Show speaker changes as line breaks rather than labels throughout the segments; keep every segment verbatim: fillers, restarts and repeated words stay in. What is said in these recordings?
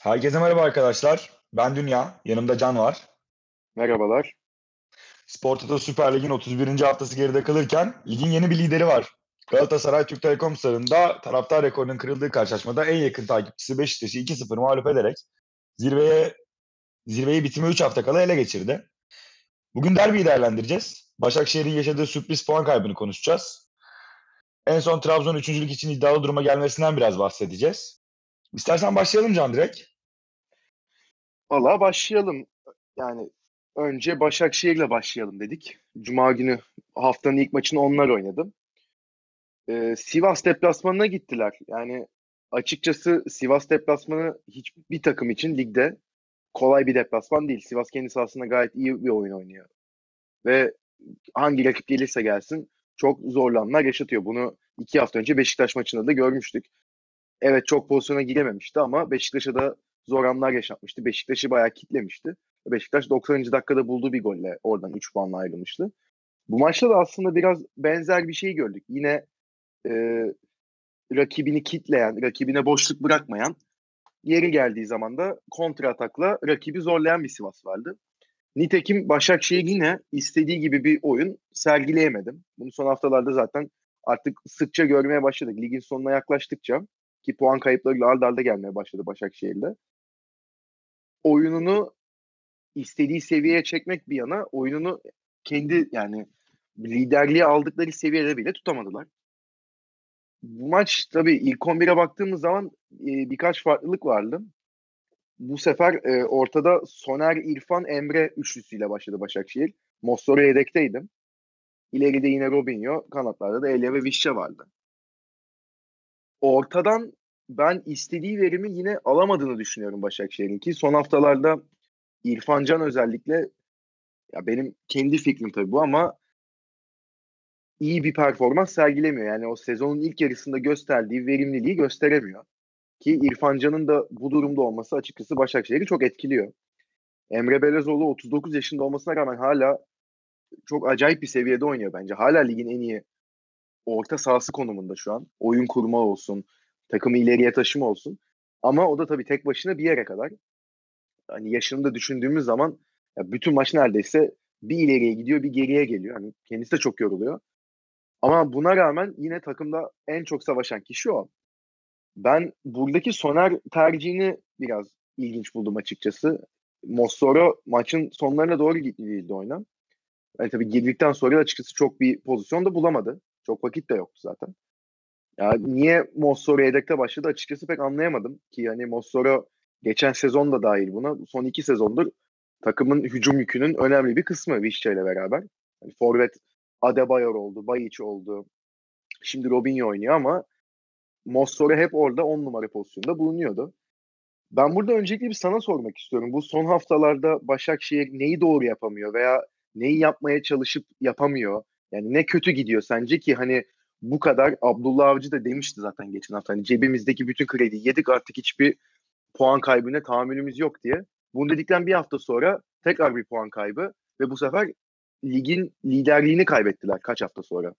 Herkese merhaba arkadaşlar. Ben Dünya, yanımda Can var.
Merhabalar.
Spor Toto Süper Lig'in otuz birinci haftası geride kalırken ligin yeni bir lideri var. Galatasaray Türk Telekom Sarı'nda taraftar rekorunun kırıldığı karşılaşmada en yakın takipçisi Beşiktaş'ı iki sıfır mağlup ederek zirveye zirveyi bitime üç hafta kala ele geçirdi. Bugün derbiyi değerlendireceğiz. Başakşehir'in yaşadığı sürpriz puan kaybını konuşacağız. En son Trabzon üçüncülük için iddialı duruma gelmesinden biraz bahsedeceğiz. İstersen başlayalım Can direkt.
Valla başlayalım. Yani önce Başakşehir'le başlayalım dedik. Cuma günü haftanın ilk maçını onlar oynadı. Ee, Sivas deplasmanına gittiler. Yani açıkçası Sivas deplasmanı hiçbir takım için ligde kolay bir deplasman değil. Sivas kendi sahasında gayet iyi bir oyun oynuyor. Ve hangi rakip gelirse gelsin çok zorlu anlar yaşatıyor. Bunu iki hafta önce Beşiktaş maçında da görmüştük. Evet, çok pozisyona girememişti ama Beşiktaş'a da zor anlar yaşatmıştı. Beşiktaş'ı bayağı kitlemişti. Beşiktaş doksanıncı dakikada bulduğu bir golle oradan üç puanla ayrılmıştı. Bu maçta da aslında biraz benzer bir şey gördük. Yine e, rakibini kitleyen, rakibine boşluk bırakmayan, yeri geldiği zaman da kontra atakla rakibi zorlayan bir Sivas vardı. Nitekim Başakşehir yine istediği gibi bir oyun sergileyemedi. Bunu son haftalarda zaten artık sıkça görmeye başladık. Ligin sonuna yaklaştıkça ki puan kayıplarıyla arda arda gelmeye başladı Başakşehir'de. Oyununu istediği seviyeye çekmek bir yana oyununu kendi yani liderliği aldıkları seviyede bile tutamadılar. Bu maç tabii ilk on bire baktığımız zaman e, birkaç farklılık vardı. Bu sefer e, ortada Soner, İrfan, Emre üçlüsüyle başladı Başakşehir. Mossoro yedekteydi. İleride yine Robinho, kanatlarda da Elia ve Vişça vardı. Ortadan ben istediği verimi yine alamadığını düşünüyorum Başakşehir'in ki son haftalarda İrfan Can özellikle, ya benim kendi fikrim tabii bu ama iyi bir performans sergilemiyor. Yani o sezonun ilk yarısında gösterdiği verimliliği gösteremiyor. Ki İrfan Can'ın da bu durumda olması açıkçası Başakşehir'i çok etkiliyor. Emre Belezoğlu otuz dokuz yaşında olmasına rağmen hala çok acayip bir seviyede oynuyor bence. Hala ligin en iyi orta sahası konumunda şu an. Oyun kurma olsun, takımı ileriye taşıma olsun. Ama o da tabii tek başına bir yere kadar. Hani yaşını da düşündüğümüz zaman ya bütün maç neredeyse bir ileriye gidiyor, bir geriye geliyor. Hani kendisi de çok yoruluyor. Ama buna rağmen yine takımda en çok savaşan kişi o. Ben buradaki Soner tercihini biraz ilginç buldum açıkçası. Mossoro maçın sonlarına doğru gittiğiydi oyuna. Yani tabii girdikten sonra açıkçası çok bir pozisyon da bulamadı. Çok vakit de yoktu zaten. Ya niye Mossoro yedekte başladı açıkçası pek anlayamadım. Ki yani Mossoro geçen sezon da dahil buna. Son iki sezondur takımın hücum yükünün önemli bir kısmı Vişça ile beraber. Yani forvet Adebayor oldu, Bayiç oldu. Şimdi Robinho oynuyor ama Mossoro hep orada on numara pozisyonda bulunuyordu. Ben burada öncelikle bir sana sormak istiyorum. Bu son haftalarda Başakşehir neyi doğru yapamıyor veya neyi yapmaya çalışıp yapamıyor? Yani ne kötü gidiyor sence ki hani bu kadar Abdullah Avcı da demişti zaten geçen hafta. Hani cebimizdeki bütün krediyi yedik artık hiçbir puan kaybına tahammülümüz yok diye. Bunu dedikten bir hafta sonra tekrar bir puan kaybı ve bu sefer ligin liderliğini kaybettiler kaç hafta sonra.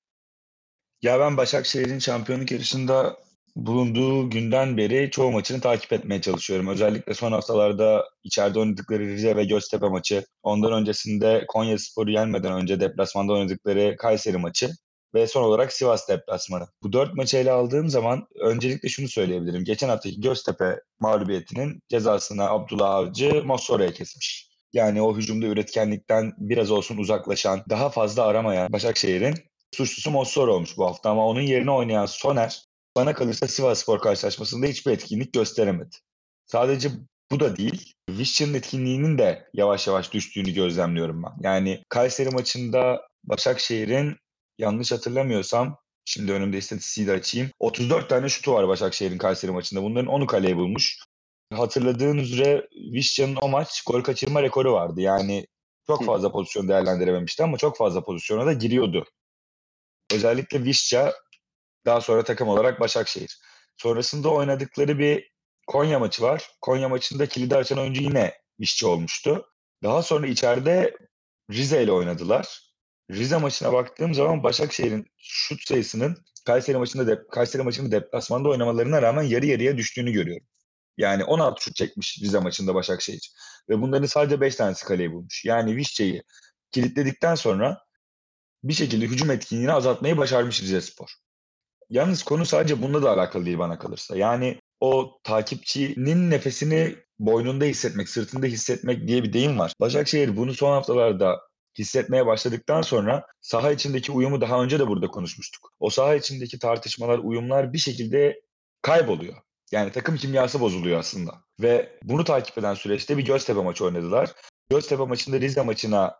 Ya ben Başakşehir'in şampiyonluk yarışında bulunduğu günden beri çoğu maçını takip etmeye çalışıyorum. Özellikle son haftalarda içeride oynadıkları Rize ve Göztepe maçı, ondan öncesinde Konyaspor'u yenmeden önce deplasmanda oynadıkları Kayseri maçı ve son olarak Sivas deplasmanı. Bu dört maçı ele aldığım zaman öncelikle şunu söyleyebilirim. Geçen haftaki Göztepe mağlubiyetinin cezasını Abdullah Avcı Mossora'ya kesmiş. Yani o hücumda üretkenlikten biraz olsun uzaklaşan, daha fazla aramayan Başakşehir'in suçlusu Mossor olmuş bu hafta ama onun yerine oynayan Soner bana kalırsa Sivasspor karşılaşmasında hiçbir etkinlik gösteremedi. Sadece bu da değil. Vişça'nın etkinliğinin de yavaş yavaş düştüğünü gözlemliyorum ben. Yani Kayseri maçında Başakşehir'in yanlış hatırlamıyorsam şimdi önümde istatistiği de açayım. otuz dört tane şutu var Başakşehir'in Kayseri maçında. Bunların onu kaleye bulmuş. Hatırladığın üzere Vişça'nın o maç gol kaçırma rekoru vardı. Yani çok
Hı.
fazla pozisyon değerlendirememişti ama çok fazla pozisyona da giriyordu. Özellikle Vişça, daha sonra takım olarak Başakşehir. Sonrasında oynadıkları bir Konya maçı var. Konya maçında kilidi açan oyuncu yine Vişça olmuştu. Daha sonra içeride Rize ile oynadılar. Rize maçına baktığım zaman Başakşehir'in şut sayısının Kayseri maçında de, Kayseri maçını deplasmanda oynamalarına rağmen yarı yarıya düştüğünü görüyorum. Yani on altı şut çekmiş Rize maçında Başakşehir. Ve bunların sadece beş tanesi kaleyi bulmuş. Yani Vişça'yı kilitledikten sonra bir şekilde hücum etkinliğini azaltmayı başarmış Rizespor. Yalnız konu sadece bununla da alakalı değil bana kalırsa. Yani o takipçinin nefesini boynunda hissetmek, sırtında hissetmek diye bir deyim var. Başakşehir bunu son haftalarda hissetmeye başladıktan sonra saha içindeki uyumu daha önce de burada konuşmuştuk. O saha içindeki tartışmalar, uyumlar bir şekilde kayboluyor. Yani takım kimyası bozuluyor aslında. Ve bunu takip eden süreçte bir Göztepe maçı oynadılar. Göztepe maçında Rize maçına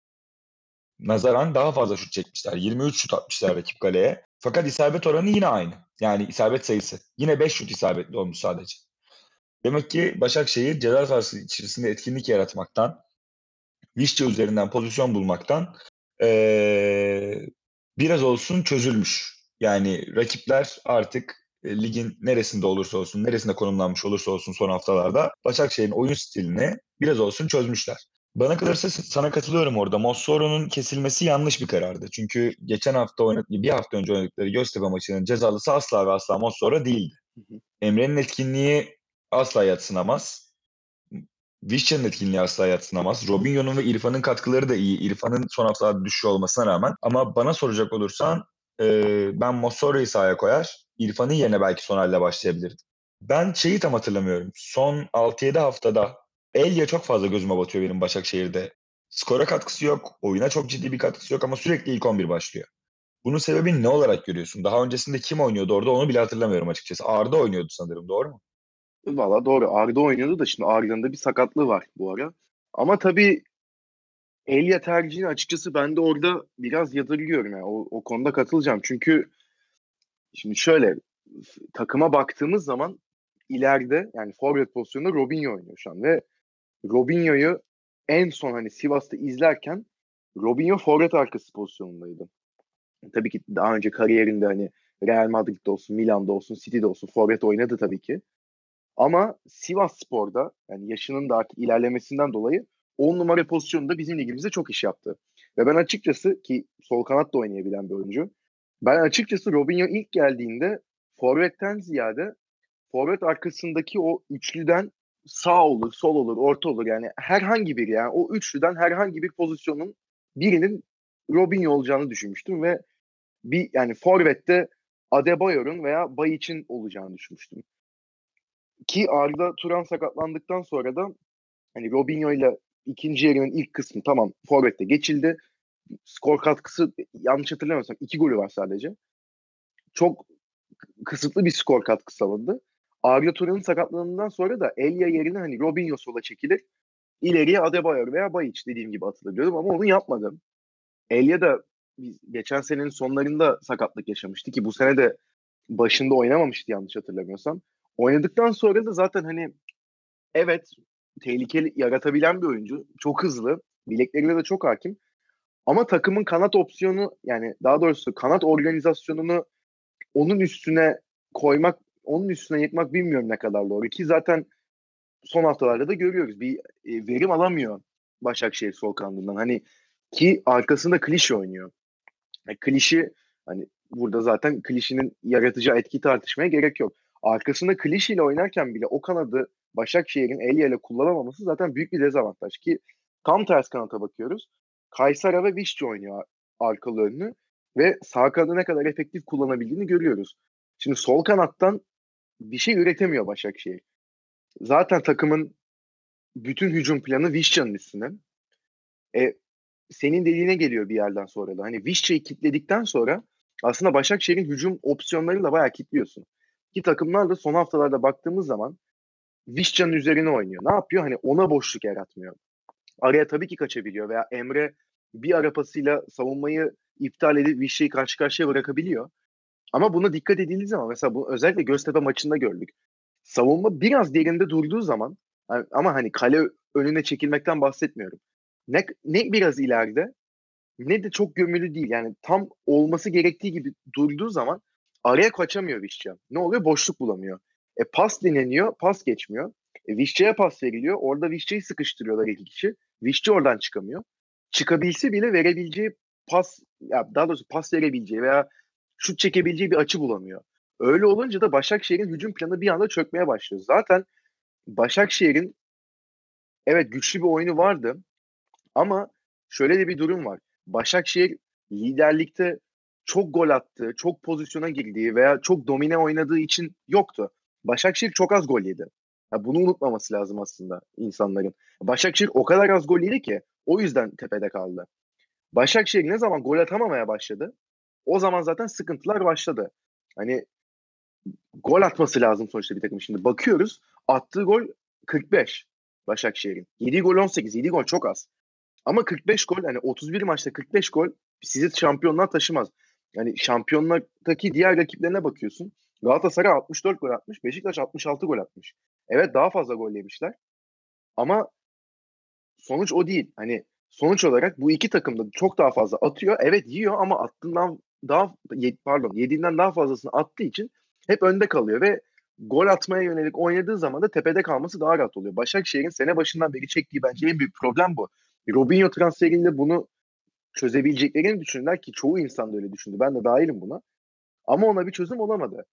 nazaran daha fazla şut çekmişler. yirmi üç şut atmışlar rakip kaleye. Fakat isabet oranı yine aynı. Yani isabet sayısı. Yine beş şut isabetli olmuş sadece. Demek ki Başakşehir ceza sahası içerisinde etkinlik yaratmaktan, Vişça üzerinden pozisyon bulmaktan ee, biraz olsun çözülmüş. Yani rakipler artık e, ligin neresinde olursa olsun, neresinde konumlanmış olursa olsun son haftalarda Başakşehir'in oyun stilini biraz olsun çözmüşler. Bana kalırsa sana katılıyorum orada. Mossoro'nun kesilmesi yanlış bir karardı. Çünkü geçen hafta oynadığı, bir hafta önce oynadıkları Göztepe maçının cezalısı asla ve asla Mossoro değildi.
Hı hı.
Emre'nin etkinliği asla yadsınamaz. Vişça'nın etkinliği asla yadsınamaz. Robinho'nun ve İrfan'ın katkıları da iyi. İrfan'ın son haftalarda düşüş olmasına rağmen. Ama bana soracak olursan e, ben Mossoro'yu sahaya koyar. İrfan'ın yerine belki Soner'le başlayabilirdim. Ben şeyi tam hatırlamıyorum. Son altı yedi haftada Elia çok fazla gözüme batıyor benim Başakşehir'de. Skora katkısı yok. Oyuna çok ciddi bir katkısı yok ama sürekli ilk on bir başlıyor. Bunun sebebini ne olarak görüyorsun? Daha öncesinde kim oynuyordu orada onu bile hatırlamıyorum açıkçası. Arda oynuyordu sanırım, doğru mu?
Valla doğru. Arda oynuyordu da şimdi Arda'nın da bir sakatlığı var bu ara. Ama tabii Elia tercihini açıkçası ben de orada biraz yadırgıyorum. Yani. O, o konuda katılacağım. Çünkü şimdi şöyle takıma baktığımız zaman ileride yani forvet pozisyonunda Robinho oynuyor şu an ve Robinho'yu en son hani Sivas'ta izlerken Robinho forvet arkası pozisyonundaydı. Tabii ki daha önce kariyerinde hani Real Madrid'de olsun, Milan'da olsun, City'de olsun forvet oynadı tabii ki. Ama Sivasspor'da yani yaşının da artık ilerlemesinden dolayı on numara pozisyonunda bizim ligimizde çok iş yaptı. Ve ben açıkçası ki sol kanat da oynayabilen bir oyuncu. Ben açıkçası Robinho ilk geldiğinde forvetten ziyade forvet arkasındaki o üçlüden sağ olur, sol olur, orta olur. Yani herhangi bir yani o üçlüden herhangi bir pozisyonun birinin Robinho olacağını düşünmüştüm ve bir yani forvette Adebayor'un veya Bayiç'in olacağını düşünmüştüm. Ki Arda Turan sakatlandıktan sonra da hani Robinho ile ikinci yarının ilk kısmı tamam forvette geçildi. Skor katkısı yanlış hatırlamıyorsam iki golü var sadece. Çok kısıtlı bir skor katkısı alındı. Arda Turan'ın sakatlığından sonra da Elia yerine hani Robinho sola çekilir. İleriye Adebayor veya Bayiç dediğim gibi atılabiliyordum ama onu yapmadım. Elia da biz geçen senenin sonlarında sakatlık yaşamıştı ki bu sene de başında oynamamıştı yanlış hatırlamıyorsam. Oynadıktan sonra da zaten hani evet tehlikeli yaratabilen bir oyuncu. Çok hızlı. Bileklerine de çok hakim. Ama takımın kanat opsiyonu yani daha doğrusu kanat organizasyonunu onun üstüne koymak, onun üstüne yıkmak bilmiyorum ne kadar doğru. Ki zaten son haftalarda da görüyoruz. Bir e, verim alamıyor Başakşehir sol kanadından. Hani ki arkasında Klişe oynuyor. Yani Klişe hani burada zaten Klişe'nin yaratacağı etki tartışmaya gerek yok. Arkasında Klişe ile oynarken bile o kanadı Başakşehir'in Elia ile kullanamaması zaten büyük bir dezavantaj ki tam ters kanata bakıyoruz. Kaysara ve Vişça oynuyor arkalı önlü ve sağ kanadı ne kadar efektif kullanabildiğini görüyoruz. Şimdi sol kanattan bir şey üretemiyor Başakşehir. Zaten takımın bütün hücum planı Vişça'nın üstüne. E, senin dediğine geliyor bir yerden sonra da. Hani Vişça'yı kilitledikten sonra aslında Başakşehir'in hücum opsiyonlarını da bayağı kilitliyorsun. Ki takımlar da son haftalarda baktığımız zaman Vişça'nın üzerine oynuyor. Ne yapıyor? Hani ona boşluk yaratmıyor. Araya tabii ki kaçabiliyor veya Emre bir ara pasıyla savunmayı iptal edip Vişça'yı karşı karşıya bırakabiliyor. Ama buna dikkat edildiği zaman mesela bu özellikle Göztepe maçında gördük. Savunma biraz derinde durduğu zaman ama hani kale önüne çekilmekten bahsetmiyorum. Ne, ne biraz ileride ne de çok gömülü değil. Yani tam olması gerektiği gibi durduğu zaman araya kaçamıyor Vişça. Ne oluyor? Boşluk bulamıyor. E pas deneniyor, pas geçmiyor. E, Vişça'ya pas veriliyor. Orada Vişça'yı sıkıştırıyorlar iki kişi. Vişça oradan çıkamıyor. Çıkabilse bile verebileceği pas, ya daha doğrusu pas verebileceği veya şut çekebileceği bir açı bulamıyor. Öyle olunca da Başakşehir'in hücum planı bir anda çökmeye başlıyor. Zaten Başakşehir'in evet güçlü bir oyunu vardı ama şöyle de bir durum var. Başakşehir liderlikte çok gol attığı, çok pozisyona girdiği veya çok domine oynadığı için yoktu. Başakşehir çok az gol yedi. Ya bunu unutmaması lazım aslında insanların. Başakşehir o kadar az gol yedi ki o yüzden tepede kaldı. Başakşehir ne zaman gol atamamaya başladı, o zaman zaten sıkıntılar başladı. Hani gol atması lazım sonuçta bir takım. Şimdi bakıyoruz, attığı gol kırk beş Başakşehir'in. Yediği gol on sekiz. Yediği gol çok az. Ama kırk beş gol, hani otuz bir maçta kırk beş gol sizi şampiyonluğa taşımaz. Yani şampiyonluktaki diğer rakiplerine bakıyorsun. Galatasaray altmış dört gol atmış. Beşiktaş altmış altı gol atmış. Evet, daha fazla gol yemişler. Ama sonuç o değil. Hani sonuç olarak bu iki takım da çok daha fazla atıyor. Evet, yiyor ama attığından daha pardon yediğinden daha fazlasını attığı için hep önde kalıyor ve gol atmaya yönelik oynadığı zaman da tepede kalması daha rahat oluyor. Başakşehir'in sene başından beri çektiği bence en büyük problem bu. Robinho transferiyle bunu çözebileceklerini düşündüler ki çoğu insan da öyle düşündü. Ben de dahilim buna. Ama ona bir çözüm olamadı.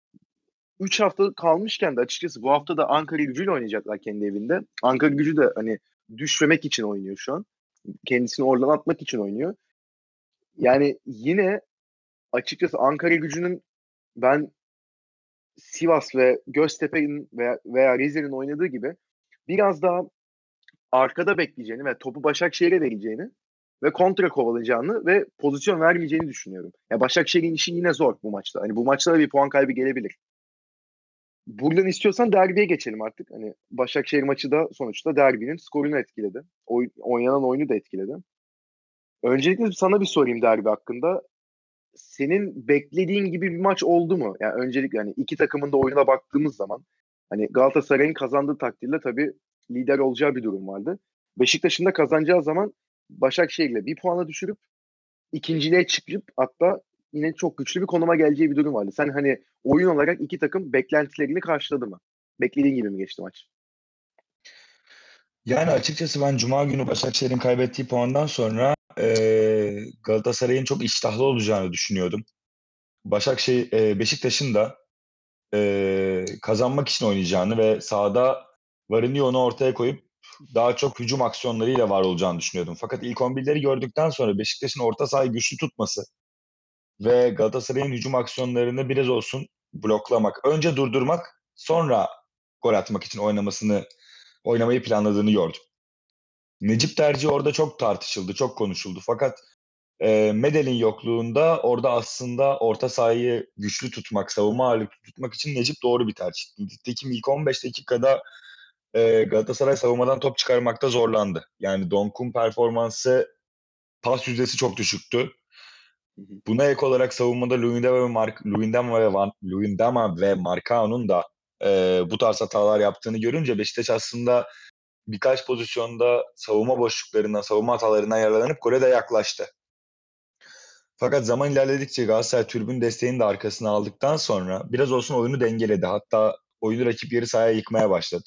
Üç hafta kalmışken de açıkçası bu hafta da Ankara Gücü'yle oynayacaklar kendi evinde. Ankara Gücü de hani düşmemek için oynuyor şu an. Kendisini oradan atmak için oynuyor. Yani yine açıkçası Ankara Gücü'nün ben Sivas ve Göztepe'nin veya, veya Rize'nin oynadığı gibi biraz daha arkada bekleyeceğini ve topu Başakşehir'e vereceğini ve kontra kovalayacağını ve pozisyon vermeyeceğini düşünüyorum. Ya Başakşehir'in işi yine zor bu maçta. Hani bu maçta da bir puan kaybı gelebilir. Buradan istiyorsan derbiye geçelim artık. Hani Başakşehir maçı da sonuçta derbinin skorunu etkiledi. Oy, oynanan oyunu da etkiledi. Öncelikle sana bir sorayım derbi hakkında. Senin beklediğin gibi bir maç oldu mu? Yani öncelikle hani iki takımın da oyuna baktığımız zaman hani Galatasaray'ın kazandığı takdirde tabii lider olacağı bir durum vardı. Beşiktaş'ın da kazanacağı zaman Başakşehir'le bir puana düşürüp ikinciliğe çıkıp hatta yine çok güçlü bir konuma geleceği bir durum vardı. Sen hani oyun olarak iki takım beklentilerini karşıladı mı? Beklediğin gibi mi geçti maç?
Yani açıkçası ben Cuma günü Başakşehir'in kaybettiği puandan sonra e, Galatasaray'ın çok iştahlı olacağını düşünüyordum. Başakşehir, e, Beşiktaş'ın da e, kazanmak için oynayacağını ve sahada varını yoğunu ortaya koyup daha çok hücum aksiyonlarıyla var olacağını düşünüyordum. Fakat ilk on birleri gördükten sonra Beşiktaş'ın orta sahayı güçlü tutması ve Galatasaray'ın hücum aksiyonlarını biraz olsun bloklamak, önce durdurmak, sonra gol atmak için oynamasını oynamayı planladığını gördüm. Necip tercihi orada çok tartışıldı, çok konuşuldu. Fakat e, Medel'in yokluğunda orada aslında orta sahayı güçlü tutmak, savunma ağırlıklı tutmak için Necip doğru bir tercih. Nitekim ilk on beş dakikada e, Galatasaray savunmadan top çıkarmakta zorlandı. Yani Donk'un performansı, pas yüzdesi çok düşüktü.
Hı hı.
Buna ek olarak savunmada Luyendama ve Mark, Luyendama ve Van, Luyendama ve Marcao'nun da e, bu tarz hatalar yaptığını görünce Beşiktaş aslında birkaç pozisyonda savunma boşluklarından, savunma hatalarından yararlanıp gole de yaklaştı. Fakat zaman ilerledikçe Galatasaray tribün desteğini de arkasına aldıktan sonra biraz olsun oyunu dengeledi. Hatta oyunu rakip yarı sahaya yıkmaya başladı.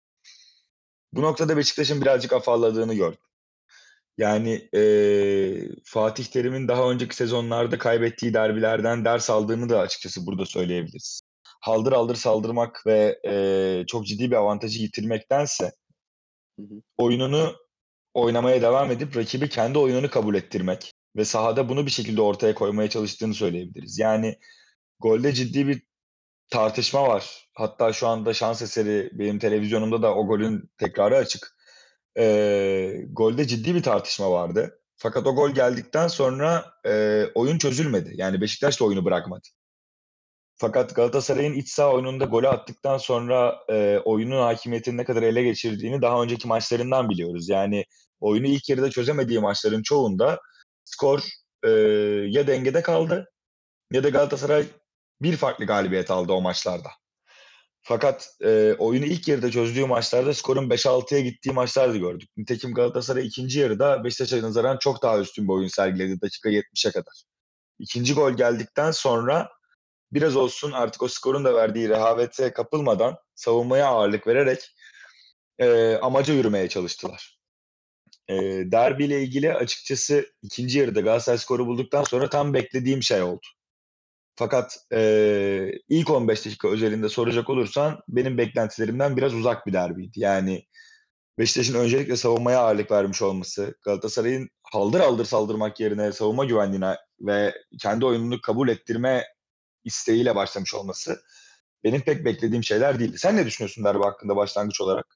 Bu noktada Beşiktaş'ın birazcık afalladığını gördüm. Yani eee, Fatih Terim'in daha önceki sezonlarda kaybettiği derbilerden ders aldığını da açıkçası burada söyleyebiliriz. Haldır haldır saldırmak ve eee, çok ciddi bir avantajı yitirmektense
Hı hı.
oyununu oynamaya devam edip rakibi kendi oyununu kabul ettirmek ve sahada bunu bir şekilde ortaya koymaya çalıştığını söyleyebiliriz. Yani golde ciddi bir tartışma var. Hatta şu anda şans eseri benim televizyonumda da o golün tekrarı açık. Ee, golde ciddi bir tartışma vardı. Fakat o gol geldikten sonra e, oyun çözülmedi. Yani Beşiktaş da oyunu bırakmadı. Fakat Galatasaray'ın iç saha oyununda golü attıktan sonra e, oyunun hakimiyetini ne kadar ele geçirdiğini daha önceki maçlarından biliyoruz. Yani oyunu ilk yarıda çözemediği maçların çoğunda skor e, ya dengede kaldı ya da Galatasaray bir farklı galibiyet aldı o maçlarda. Fakat e, oyunu ilk yarıda çözdüğü maçlarda skorun beş altıya gittiği maçlar da gördük. Nitekim Galatasaray ikinci yarıda Beşiktaş'a nazaran çok daha üstün bir oyun sergiledi dakika yetmişe kadar. İkinci gol geldikten sonra biraz olsun artık o skorun da verdiği rehavete kapılmadan savunmaya ağırlık vererek e, amaca yürümeye çalıştılar. E, derbiyle ilgili açıkçası ikinci yarıda Galatasaray skoru bulduktan sonra tam beklediğim şey oldu. Fakat e, ilk on beş dakika özelinde soracak olursan benim beklentilerimden biraz uzak bir derbiydi. Yani Beşiktaş'ın öncelikle savunmaya ağırlık vermiş olması, Galatasaray'ın haldır haldır saldırmak yerine savunma güvenliğine ve kendi oyununu kabul ettirme isteğiyle başlamış olması benim pek beklediğim şeyler değildi. Sen ne düşünüyorsun derbi hakkında başlangıç olarak?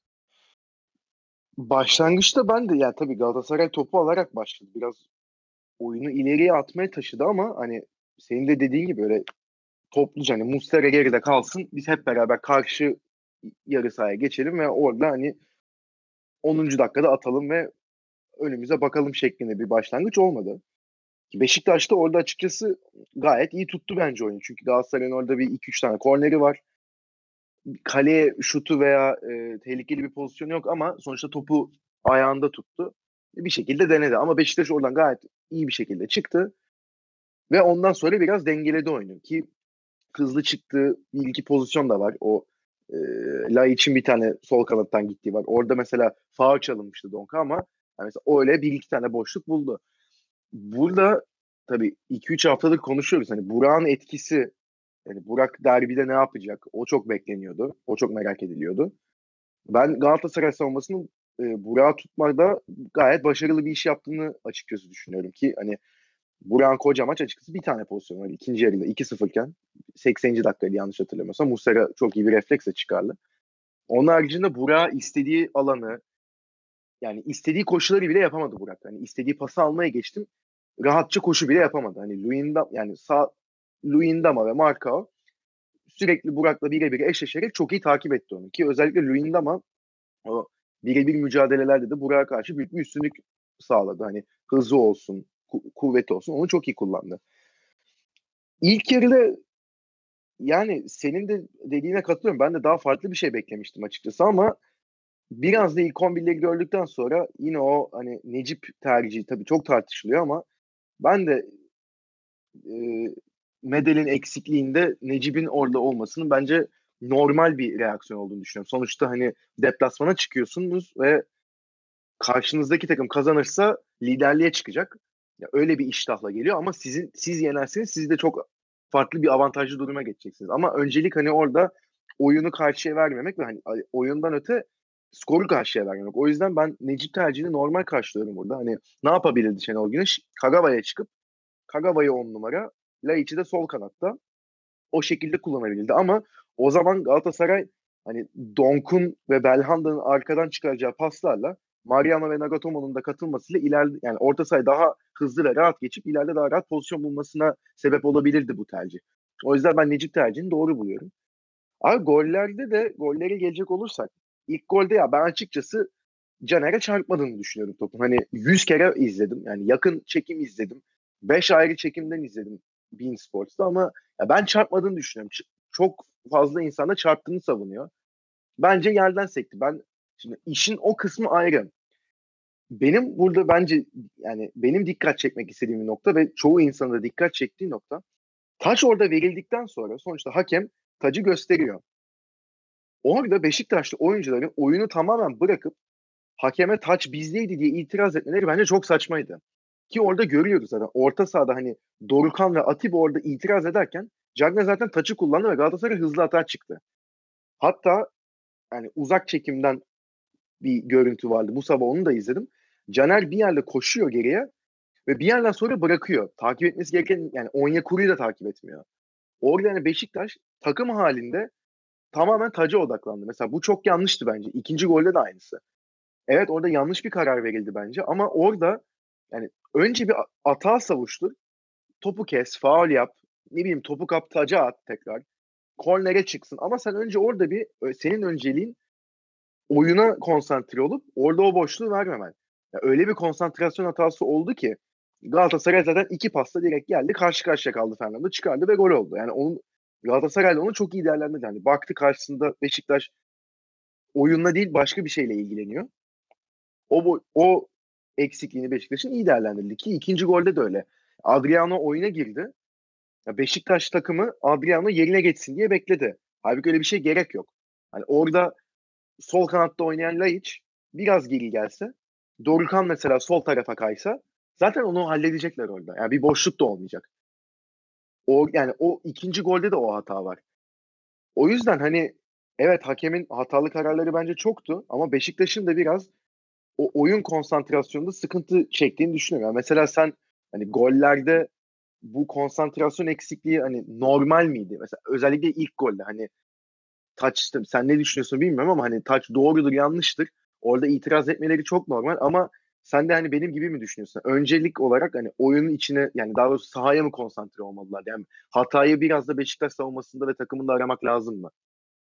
Başlangıçta ben de yani tabii Galatasaray topu alarak başladı. Biraz oyunu ileriye atmaya taşıdı ama hani senin de dediğin gibi öyle topluca hani Muslera geride kalsın. Biz hep beraber karşı yarı sahaya geçelim ve orada hani onuncu dakikada atalım ve önümüze bakalım şeklinde bir başlangıç olmadı. Beşiktaş da orada açıkçası gayet iyi tuttu bence oyunu. Çünkü Galatasaray'ın orada bir iki üç tane korneri var. Kaleye şutu veya e, tehlikeli bir pozisyon yok ama sonuçta topu ayağında tuttu. Bir şekilde denedi ama Beşiktaş oradan gayet iyi bir şekilde çıktı ve ondan sonra biraz dengeledi oyunu ki hızlı çıktığı bir iki pozisyon da var. O e, Laiç'in bir tane sol kanattan gittiği var. Orada mesela faul çalınmıştı Donka ama yani mesela öyle bir iki tane boşluk buldu. Burada tabii iki üç haftadır konuşuyoruz. Hani Burak'ın etkisi, yani Burak derbide ne yapacak? O çok bekleniyordu. O çok merak ediliyordu. Ben Galatasaray savunmasının e, Burak'ı tutmada gayet başarılı bir iş yaptığını açıkçası düşünüyorum ki hani Burak'ın koca maç açıkçası bir tane pozisyon var. İkinci yarıda iki sıfır iken sekseninci dakikaydı yanlış hatırlamıyorsam. Muslera çok iyi bir refleksle çıkardı. Onun haricinde Burak istediği alanı yani istediği koşuları bile yapamadı Burak. Hani istediği pası almaya geçtim. Rahatça koşu bile yapamadı. Hani Luyendam yani sağ Luyendama ve Marcao sürekli Burak'la birebir eşleşerek çok iyi takip etti onu. Ki özellikle Luyendama o birebir mücadelelerde de Burak'a karşı büyük bir üstünlük sağladı. Hani hızı olsun, ku- kuvveti olsun onu çok iyi kullandı. İlk yarıda yani senin de dediğine katılıyorum. Ben de daha farklı bir şey beklemiştim açıkçası ama biraz da ilk on birleri gördükten sonra yine o hani Necip tercihi tabii çok tartışılıyor ama ben de e, Medel'in eksikliğinde Necip'in orada olmasının bence normal bir reaksiyon olduğunu düşünüyorum. Sonuçta hani deplasmana çıkıyorsunuz ve karşınızdaki takım kazanırsa liderliğe çıkacak. Ya öyle bir iştahla geliyor ama sizin siz yenerseniz siz de çok farklı bir avantajlı duruma geçeceksiniz. Ama öncelik hani orada oyunu karşıya vermemek ve hani oyundan öte skoru karşıya vermemek. O yüzden ben Necip tercihini normal karşılıyorum burada. Hani ne yapabilirdi Şenol Güneş? Kagawa'ya çıkıp Kagawa'yı on numara, Laiç'i de sol kanatta o şekilde kullanabilirdi. Ama o zaman Galatasaray hani Donk'un ve Belhanda'nın arkadan çıkaracağı paslarla Mariano ve Nagatomo'nun da katılmasıyla ileride yani orta sahayı daha hızlı ve rahat geçip ileride daha rahat pozisyon bulmasına sebep olabilirdi bu tercih. O yüzden ben Necip tercihini doğru buluyorum. Abi gollerde de gollere gelecek olursak ilk golde ya ben açıkçası Caner'e çarpmadığını düşünüyorum topun. Hani yüz kere izledim. Yani yakın çekim izledim. beş ayrı çekimden izledim Bein Sports'ta ama ya ben çarpmadığını düşünüyorum. Ç- çok fazla insanda çarptığını savunuyor. Bence yerden sekti. Ben şimdi işin o kısmı ayrı. Benim burada bence yani benim dikkat çekmek istediğim bir nokta ve çoğu insanın da dikkat çektiği nokta taç orada verildikten sonra sonuçta hakem tacı gösteriyor. Orada Beşiktaşlı oyuncuların oyunu tamamen bırakıp hakeme taç bizdeydi diye itiraz etmeleri bence çok saçmaydı. Ki orada görüyoruz zaten. Orta sahada hani Dorukhan ve Atiba orada itiraz ederken Cagney zaten taçı kullandı ve Galatasaray hızlı atağa çıktı. Hatta yani uzak çekimden bir görüntü vardı. Bu sabah onu da izledim. Caner bir yerde koşuyor geriye ve bir yerden sonra bırakıyor. Takip etmesi gereken yani Onyekuru'yu da takip etmiyor. Orada yani Beşiktaş takım halinde tamamen taca odaklandı. Mesela bu çok yanlıştı bence. İkinci golde de aynısı. Evet orada yanlış bir karar verildi bence ama orada yani önce bir atağa savuştur. Topu kes, faul yap. Ne bileyim topu kap, taca at tekrar. Kornere çıksın. Ama sen önce orada bir senin önceliğin oyuna konsantre olup orada o boşluğu vermemen. Ya öyle bir konsantrasyon hatası oldu ki Galatasaray zaten iki pasta direkt geldi. Karşı karşıya kaldı Fernando. Çıkardı ve gol oldu. Yani onun Galatasaray da onu çok iyi değerlendirdi. Yani baktı karşısında Beşiktaş oyunla değil başka bir şeyle ilgileniyor. O bo- o eksikliğini Beşiktaş'ın iyi değerlendirdi ki ikinci golde de öyle. Adriano oyuna girdi. Ya Beşiktaş takımı Adriano yerine geçsin diye bekledi. Halbuki öyle bir şey gerek yok. Hani orada sol kanatta oynayan Laiç biraz geri gelse, Dorukhan mesela sol tarafa kaysa zaten onu halledecekler orada. Yani bir boşluk da olmayacak. O yani o ikinci golde de o hata var. O yüzden, hani, evet, hakemin hatalı kararları bence çoktu ama Beşiktaş'ın da biraz o oyun konsantrasyonunda sıkıntı çektiğini düşünüyorum. Yani mesela sen, hani, gollerde bu konsantrasyon eksikliği, hani, normal miydi? Mesela özellikle ilk golde, hani, taç sen ne düşünüyorsun bilmiyorum ama, hani, taç doğrudur, yanlıştır. Orada itiraz etmeleri çok normal ama sen de, hani, benim gibi mi düşünüyorsun? Öncelik olarak, hani, oyunun içine, yani daha doğrusu sahaya mı konsantre olmalılar? Yani hatayı biraz da Beşiktaş savunmasında ve takımında aramak lazım mı?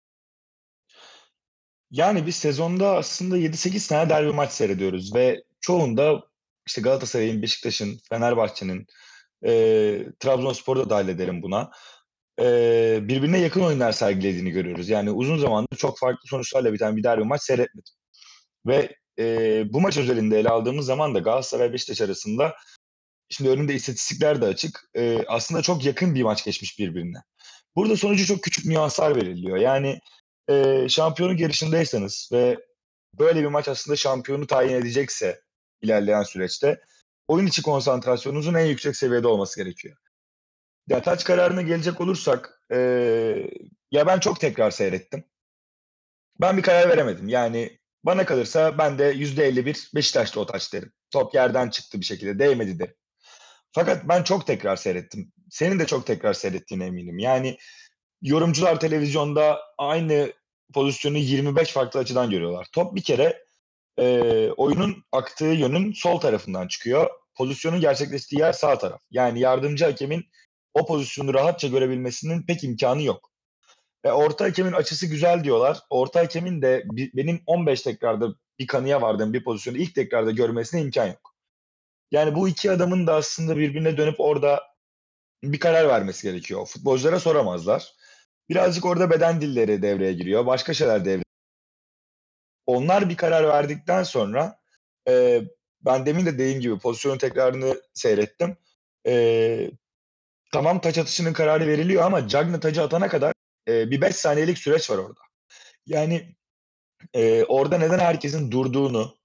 Yani biz sezonda aslında yedi sekiz tane derbi maç seyrediyoruz ve çoğunda işte Galatasaray'ın, Beşiktaş'ın, Fenerbahçe'nin, eee Trabzonspor'u da dâhil ederim buna, eee, birbirine yakın oyunlar sergilediğini görüyoruz. Yani uzun zamandır çok farklı sonuçlarla biten bir derbi maç seyretmedim ve, eee, bu maç özelinde ele aldığımız zaman da Galatasaray Beşiktaş arasında şimdi önümde istatistikler de açık. Eee, aslında çok yakın bir maç geçmiş birbirine. Burada sonucu çok küçük nüanslar veriliyor. Yani, eee, şampiyonluk yarışındaysanız ve böyle bir maç aslında şampiyonu tayin edecekse ilerleyen süreçte oyun içi konsantrasyonunuzun en yüksek seviyede olması gerekiyor. Ya, taç kararına gelecek olursak, eee, ya, ben çok tekrar seyrettim. Ben bir karar veremedim. Yani bana kalırsa ben de yüzde elli bir Beşiktaş'ta o taç derim. Top yerden çıktı bir şekilde, değmedi derim. Fakat ben çok tekrar seyrettim. Senin de çok tekrar seyrettiğine eminim. Yani yorumcular televizyonda aynı pozisyonu yirmi beş farklı açıdan görüyorlar. Top bir kere, eee, oyunun aktığı yönün sol tarafından çıkıyor. Pozisyonun gerçekleştiği yer sağ taraf. Yani yardımcı hakemin o pozisyonu rahatça görebilmesinin pek imkânı yok. E, orta hakemin açısı güzel diyorlar. Orta hakemin de bi benim on beş tekrarda bir kanıya vardığım bir pozisyonu ilk tekrarda görmesine imkân yok. Yani bu iki adamın da aslında birbirine dönüp orada bir karar vermesi gerekiyor. Futbolculara soramazlar. Birazcık orada beden dilleri devreye giriyor. Başka şeyler devreye Onlar bir karar verdikten sonra, eee, ben demin de dediğim gibi pozisyonun tekrarını seyrettim. Eee, tamam taç atışının kararı veriliyor ama Cagney tacı atana kadar, eee, bir beş saniyelik süreç var orada. Yani, eee, orada neden herkesin durduğunu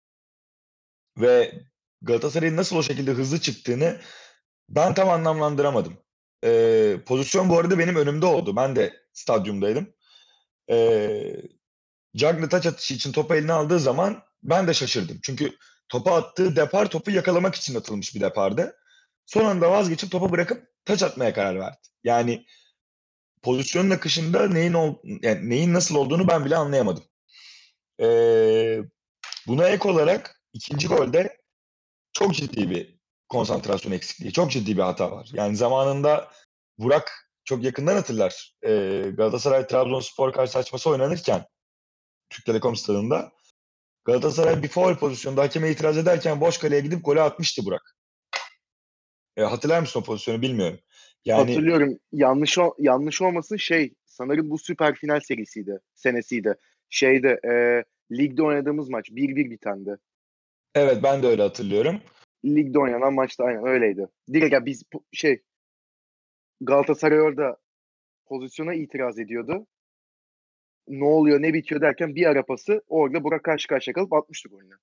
ve Galatasaray'ın nasıl o şekilde hızlı çıktığını ben tam anlamlandıramadım. Eee, pozisyon bu arada benim önümde oldu. Ben de stadyumdaydım. Eee, Cagney taç atışı için topu eline aldığı zaman ben de şaşırdım. Çünkü topa attığı depar topu yakalamak için atılmış bir depardı. Son anda vazgeçip topu bırakıp taç atmaya karar verdi. Yani pozisyonun akışında neyin ol yani neyin nasıl olduğunu ben bile anlayamadım. Eee, buna ek olarak ikinci golde çok ciddi bir konsantrasyon eksikliği, çok ciddi bir hata var. Yani zamanında Burak çok yakından hatırlar. Eee, Galatasaray-Trabzonspor karşılaşması oynanırken Türk Telekom Stadı'nda Galatasaray bir faul pozisyonunda hakeme itiraz ederken boş kaleye gidip golü atmıştı Burak. Eee, hatırlar mısın o pozisyonu bilmiyorum. Yani
Hatırlıyorum. Yanlış o yanlış olmasın şey, sanırım bu Süper Final serisiydi, senesiydi. Şeyde, eee, ligde oynadığımız maç bir bir bitendi.
evet ben de öyle hatırlıyorum.
Ligde oynanan maçta aynen öyleydi. Direkt ya biz bu şey Galatasaray orada pozisyona itiraz ediyordu. Ne oluyor, ne bitiyor derken bir ara pası orada Burak karşı karşıya kalıp atmıştı golünü.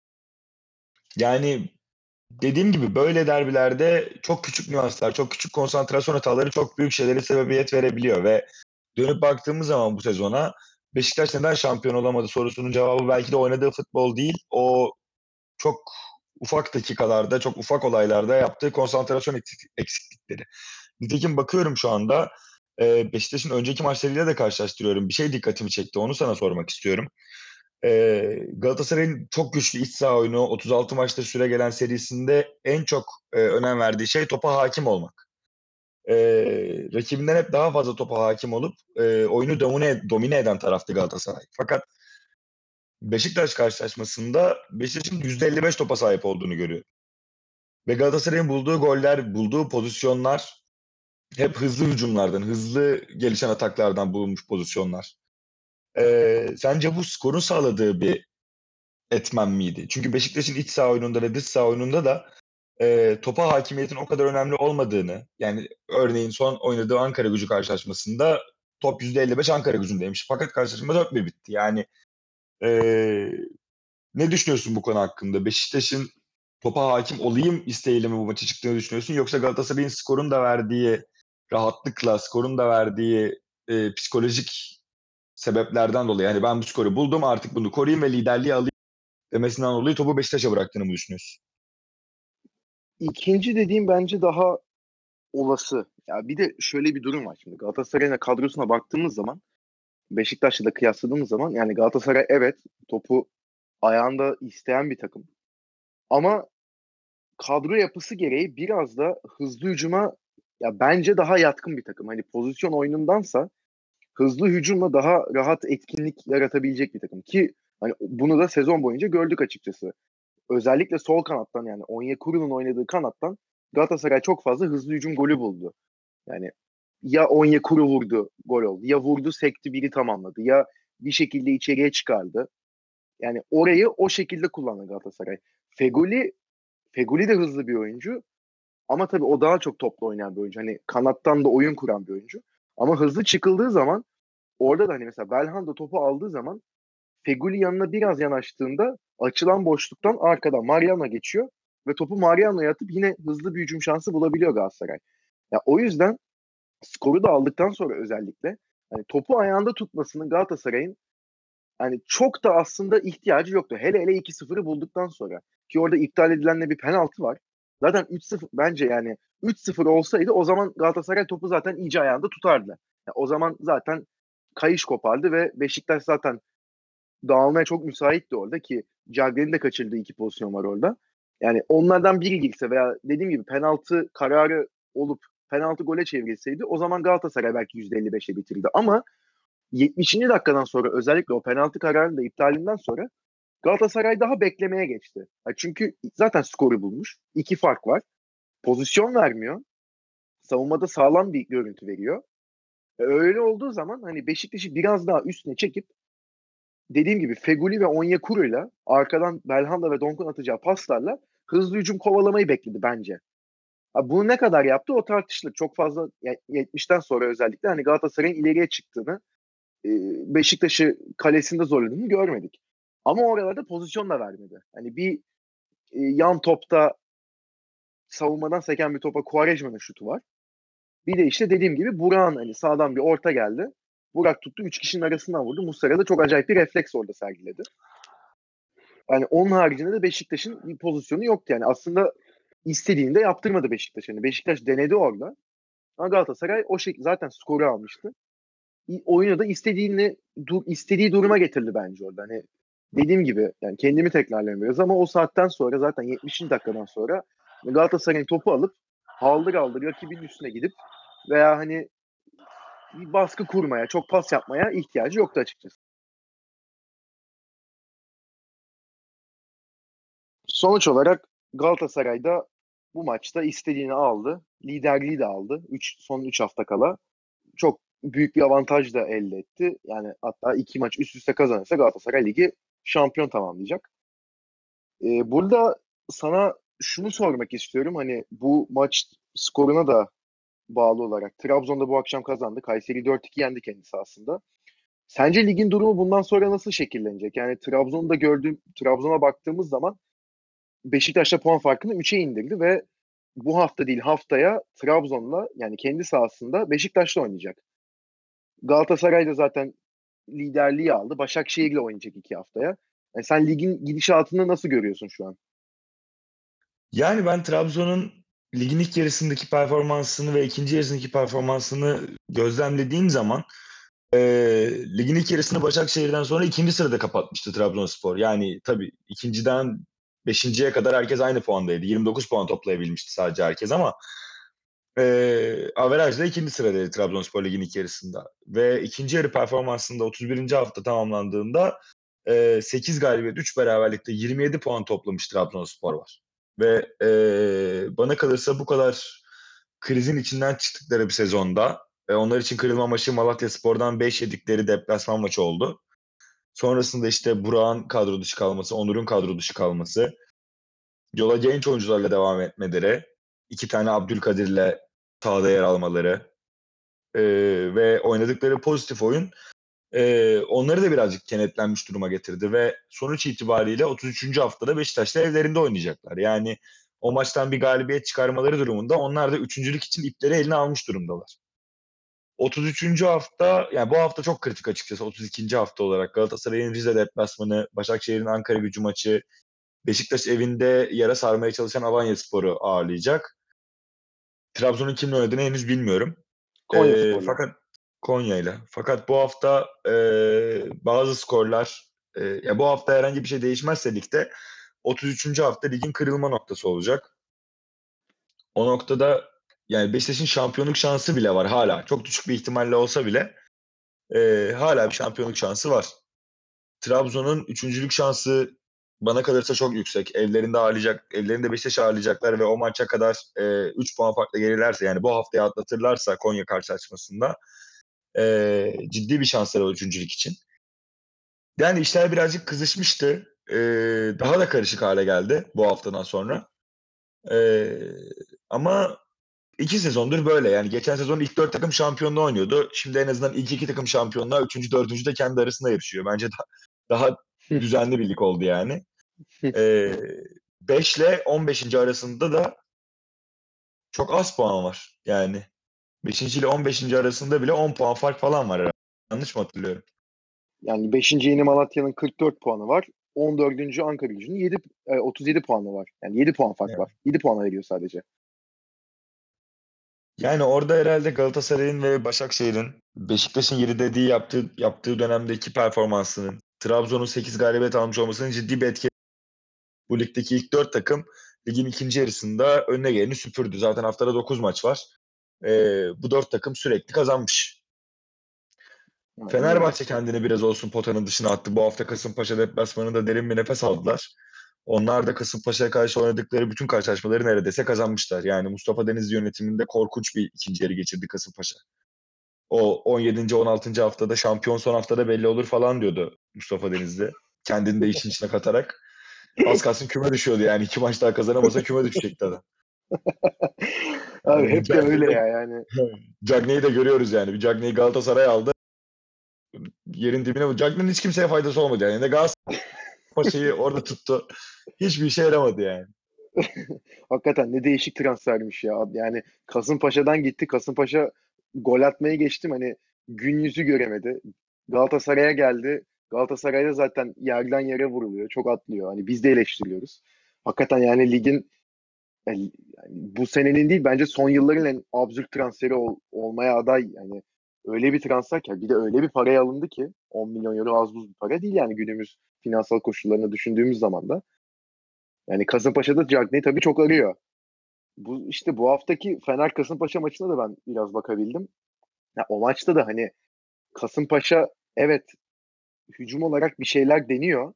Yani dediğim gibi böyle derbilerde çok küçük nüanslar, çok küçük konsantrasyon hataları çok büyük şeylere sebebiyet verebiliyor ve dönüp baktığımız zaman bu sezona Beşiktaş neden şampiyon olamadı sorusunun cevabı belki de oynadığı futbol değil, o çok ufak dakikalarda, çok ufak olaylarda yaptığı konsantrasyon eksik eksiklikleri. Nitekim bakıyorum şu anda, eee, Beşiktaş'ın önceki maçlarıyla da karşılaştırıyorum. Bir şey dikkatimi çekti, onu sana sormak istiyorum. Eee, Galatasaray'ın çok güçlü iç saha oyunu, otuz altı maçta süregelen serisinde en çok, eee, önem verdiği şey topa hâkim olmak. Eee, rakibinden hep daha fazla topa hâkim olup, eee, oyunu domine domine eden taraftı Galatasaray. Fakat Beşiktaş karşılaşmasında Beşiktaş'ın yüzde elli beş topa sahip olduğunu görüyorum ve Galatasaray'ın bulduğu goller, bulduğu pozisyonlar hep hızlı hücumlardan, hızlı gelişen ataklardan bulunmuş pozisyonlar. Eee, sence bu skorun sağladığı bir etmen miydi? Çünkü Beşiktaş'ın iç saha oyununda ve dış saha oyununda da, eee, topa hakimiyetin o kadar önemli olmadığını, yani örneğin son oynadığı Ankaragücü karşılaşmasında top yüzde elli beş Ankaragücü'ndeymiş. Fakat karşılaşma dört bir bitti. Yani, eee, ne düşünüyorsun bu konu hakkında? Beşiktaş'ın topa hakim olayım isteğiyle mi bu maça çıktığını düşünüyorsun yoksa Galatasaray'ın skorun da verdiği rahatlıkla skorun da verdiği e, psikolojik sebeplerden dolayı hani ben bu skoru buldum artık bunu koruyayım ve liderliği alayım demesinden dolayı topu Beşiktaş'a bıraktığını mı düşünüyorsun?
İkinci dediğim bence daha olası. Ya bir de şöyle bir durum var şimdi. Galatasaray'ın kadrosuna baktığımız zaman Beşiktaş'la da kıyasladığımız zaman yani Galatasaray evet topu ayağında isteyen bir takım. Ama kadro yapısı gereği biraz da hızlı hücuma ya bence daha yatkın bir takım. Hani pozisyon oyunundansa hızlı hücumla daha rahat etkinlik yaratabilecek bir takım ki hani bunu da sezon boyunca gördük açıkçası. Özellikle sol kanattan yani Onyekuru'nun oynadığı kanattan Galatasaray çok fazla hızlı hücum golü buldu. Yani ya Onyekuru vurdu, gol oldu. Ya vurdu, sekti, biri tamamladı. Ya bir şekilde içeriye çıkardı. Yani orayı o şekilde kullandı Galatasaray. Feguli, Feguli de hızlı bir oyuncu. Ama tabii o daha çok toplu oynayan bir oyuncu. Hani kanattan da oyun kuran bir oyuncu. Ama hızlı çıkıldığı zaman orada da hani mesela Belhanda topu aldığı zaman Feguli yanına biraz yanaştığında açılan boşluktan arkadan Mariano geçiyor ve topu Mariano'ya atıp yine hızlı bir hücum şansı bulabiliyor Galatasaray. Ya o yüzden skoru da aldıktan sonra özellikle hani topu ayağında tutmasının Galatasaray'ın hani çok da aslında ihtiyacı yoktu. Hele hele iki sıfırı bulduktan sonra. Ki orada iptal edilen de bir penaltı var. Zaten üç sıfır bence yani üç sıfır olsaydı o zaman Galatasaray topu zaten iyice ayağında tutardı. Yani o zaman zaten kayış kopardı ve Beşiktaş zaten dağılmaya çok müsaitti orada ki Cagney'in de kaçırdığı iki pozisyon var orada. Yani onlardan biri girse veya dediğim gibi penaltı kararı olup penaltı gole çevrilseydi o zaman Galatasaray belki yüzde elli beşe bitirdi. Ama yetmişinci dakikadan sonra özellikle o penaltı kararının da iptalinden sonra Galatasaray daha beklemeye geçti. Ya çünkü zaten skoru bulmuş. İki fark var. Pozisyon vermiyor. Savunmada sağlam bir görüntü veriyor. E öyle olduğu zaman hani Beşiktaş'ı biraz daha üstüne çekip dediğim gibi Feguli ve Onyekuru'yla arkadan Belhanda ve Donk'un atacağı paslarla hızlı hücum kovalamayı bekledi bence. Ha, bunu ne kadar yaptı o tartışılır. Çok fazla yetmişten sonra özellikle hani Galatasaray'ın ileriye çıktığını, e, Beşiktaş'ı kalesinde zorladığını görmedik. Ama oralarda pozisyon da vermedi. Hani bir e, yan topta savunmadan seken bir topa Quaresma'nın şutu var. Bir de işte dediğim gibi Burak'ın hani sağdan bir orta geldi. Burak tuttu. Üç kişinin arasından vurdu. Muslera da çok acayip bir refleks orada sergiledi. Yani onun haricinde de Beşiktaş'ın bir pozisyonu yoktu yani. Aslında istediğini de yaptırmadı Beşiktaş. Yani Beşiktaş denedi orada. Ama Galatasaray o şekilde zaten skoru almıştı. Oyunu da istediğini dur, istediği duruma getirdi bence orada. Hani dediğim gibi yani kendimi tekrarlıyorum biraz ama o saatten sonra zaten yetmişinci dakikadan sonra Galatasaray'ın topu alıp haldır haldır rakibin üstüne gidip veya hani bir baskı kurmaya, çok pas yapmaya ihtiyacı yoktu açıkçası. Sonuç olarak Galatasaray'da bu maçta istediğini aldı. Liderliği de aldı. Üç, son üç hafta kala. Çok büyük bir avantaj da elde etti. Yani hatta iki maç üst üste kazanırsa Galatasaray Ligi şampiyon tamamlayacak. Ee, burada sana şunu sormak istiyorum. Hani bu maç skoruna da bağlı olarak. Trabzon'da bu akşam kazandı. Kayseri dört iki yendi kendisi aslında. Sence ligin durumu bundan sonra nasıl şekillenecek? Yani Trabzon'da gördüğüm, Trabzon'a baktığımız zaman Beşiktaş'la puan farkını üçe indirdi ve bu hafta değil haftaya Trabzon'la yani kendi sahasında Beşiktaş'la oynayacak. Galatasaray da zaten liderliği aldı. Başakşehir'le oynayacak iki haftaya. Yani sen ligin gidişatını nasıl görüyorsun şu an?
Yani ben Trabzon'un ligin ilk yarısındaki performansını ve ikinci yarısındaki performansını gözlemlediğim zaman e, ligin ilk yarısını Başakşehir'den sonra ikinci sırada kapatmıştı Trabzonspor. Yani tabii ikinciden beşinciye kadar herkes aynı puandaydı. yirmi dokuz puan toplayabilmişti sadece herkes ama e, averajla ikinci sıradaydı Trabzonspor ligin ilk yarısında. Ve ikinci yarı performansında otuz birinci hafta tamamlandığında e, sekiz galibiyet, üç beraberlikte yirmi yedi puan toplamış Trabzonspor var. Ve e, bana kalırsa bu kadar krizin içinden çıktıkları bir sezonda e, onlar için kırılma maçı Malatyaspor'dan beş yedikleri deplasman maçı oldu. Sonrasında işte Burak'ın kadro dışı kalması, Onur'un kadro dışı kalması, yola genç oyuncularla devam etmeleri, iki tane Abdülkadir'le sahada yer almaları e, ve oynadıkları pozitif oyun e, onları da birazcık kenetlenmiş duruma getirdi ve sonuç itibariyle otuz üçüncü haftada Beşiktaş'ta evlerinde oynayacaklar. Yani o maçtan bir galibiyet çıkarmaları durumunda onlar da üçüncülük için ipleri eline almış durumdalar. otuz üçüncü hafta, yani bu hafta çok kritik açıkçası, otuz ikinci hafta olarak Galatasaray'ın Rize deplasmanı, Başakşehir'in Ankaragücü maçı, Beşiktaş evinde yara sarmaya çalışan Alanyaspor'u ağırlayacak. Trabzon'un kimle oynadığını henüz bilmiyorum. Ee,
Konyaspor'la.
fakat Konya'yla. Fakat bu hafta e, bazı skorlar, e, ya bu hafta herhangi bir şey değişmezse ligde otuz üçüncü hafta ligin kırılma noktası olacak. O noktada yani Beşiktaş'ın şampiyonluk şansı bile var hala. Çok düşük bir ihtimalle olsa bile e, hala bir şampiyonluk şansı var. Trabzon'un üçüncülük şansı bana kalırsa çok yüksek. Evlerinde ağırlayacak, evlerinde Beşiktaş'ı ağırlayacaklar ve o maça kadar üç puan farkla gerilerse, yani bu haftayı atlatırlarsa Konya karşılaşmasında e, ciddi bir şansları var üçüncülük için. Yani işler birazcık kızışmıştı. E, daha da karışık hale geldi bu haftadan sonra. E, ama iki sezondur böyle. Yani geçen sezon ilk dört takım şampiyonluğu oynuyordu. Şimdi en azından ilk iki takım şampiyonluğa, üçüncü, dördüncü de kendi arasında yarışıyor. Bence daha, daha düzenli bir lig oldu yani. Ee, beş ile on beşinci arasında da çok az puan var. Yani beşinci ile on beşinci arasında bile on puan fark falan var herhalde. Yanlış mı hatırlıyorum?
Yani beşinci Yeni Malatya'nın kırk dört puanı var. on dördüncü Ankaragücü'nün yedi, e, otuz yedi puanı var. Yani yedi puan fark
Yani,
var. yedi puan ayırıyor sadece.
yani orada herhalde Galatasaray'ın ve Başakşehir'in Beşiktaş'ın yeri dediği yaptığı, yaptığı dönemdeki performansının, Trabzon'un sekiz galibiyet almış olmasının ciddi bir etki. Bu ligdeki ilk dört takım ligin ikinci yarısında önüne geleni süpürdü. Zaten haftada dokuz maç var. Ee, bu dört takım sürekli kazanmış.
Aynen öyle.
Fenerbahçe kendini biraz olsun potanın dışına attı. Bu hafta Kasımpaşa deplasmanında derin bir nefes aldılar. Onlar da Kasımpaşa'ya karşı oynadıkları bütün karşılaşmaları neredeyse kazanmışlar. Yani Mustafa Denizli yönetiminde korkunç bir ikinci yarı geçirdi Kasımpaşa. O on yedinci on altıncı haftada şampiyon son haftada belli olur falan diyordu Mustafa Denizli. Kendini de işin içine katarak. Az kalsın küme düşüyordu yani. İki maç daha kazanamasa küme düşecekti adam.
Abi
Yani
hep de öyle
Cagney'i
ya yani.
Cagney'i de görüyoruz yani. Bir Cagney'i Galatasaray aldı. Yerin dibine. Cagney'in hiç kimseye faydası olmadı yani. Ne Galatasaray'ı orada tuttu. Hiçbir işe yaramadı yani.
Hakikaten ne değişik transfermiş ya. Yani Kasımpaşa'dan gitti. Kasımpaşa gol atmayı geçtim. Hani gün yüzü göremedi. Galatasaray'a geldi. Galatasaray'da zaten yerden yere vuruluyor. Çok atlıyor. Hani biz de eleştiriyoruz. Hakikaten yani ligin yani, yani bu senenin değil bence son yılların en absürt transferi ol- olmaya aday. Yani öyle bir transfer ki bir de öyle bir paraya alındı ki on milyon euro az buz bir para değil yani günümüz finansal koşullarını düşündüğümüz zaman da. Yani Kasımpaşa'da Cagney tabii çok arıyor. Bu işte bu haftaki Fener Kasımpaşa maçına da ben biraz bakabildim. Ya o maçta da hani Kasımpaşa evet hücum olarak bir şeyler deniyor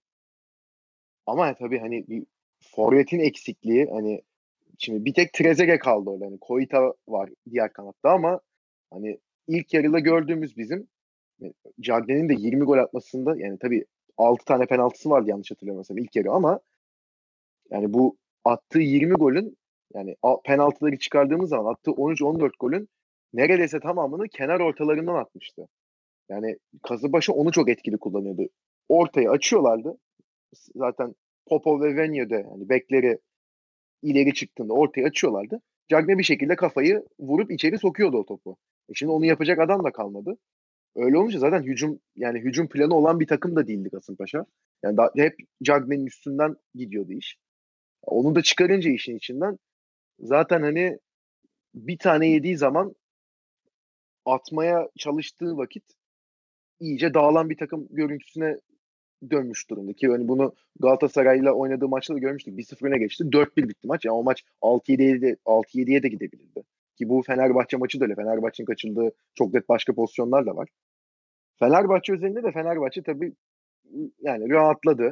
ama tabii hani bir forvetin eksikliği hani şimdi bir tek Trezeguet kaldı orada. Hani Koita var diğer kanatta ama hani ilk yarıda gördüğümüz bizim e, Cagney'in de yirmi gol atmasında yani tabii altı tane penaltısı vardı yanlış hatırlamıyorsam ilk yarı ama yani bu attığı yirmi golün yani penaltıları çıkardığımız zaman attığı on üç on dört golün neredeyse tamamını kenar ortalarından atmıştı. Yani Kasımpaşa onu çok etkili kullanıyordu. Ortayı açıyorlardı. Zaten Popov ve Venye de yani bekleri ileri çıktığında ortaya açıyorlardı. Cagney bir şekilde kafayı vurup içeri sokuyordu o topu. E şimdi onu yapacak adam da kalmadı. Öyle olunca zaten hücum yani hücum planı olan bir takım da değildi Kasımpaşa. Yani da, hep Cagney'in üstünden gidiyordu iş. Onu da çıkarınca işin içinden zaten hani bir tane yediği zaman atmaya çalıştığı vakit iyice dağılan bir takım görüntüsüne dönmüş durumda. Ki hani bunu Galatasaray'la oynadığı maçta da görmüştük. bir sıfır öne geçti. dört bir bitti maç. Yani o maç altı yediye de, altı yediye de gidebilirdi. Ki bu Fenerbahçe maçı da öyle. Fenerbahçe'nin kaçırdığı çok net başka pozisyonlar da var. Fenerbahçe özelinde de Fenerbahçe tabii yani rahatladı.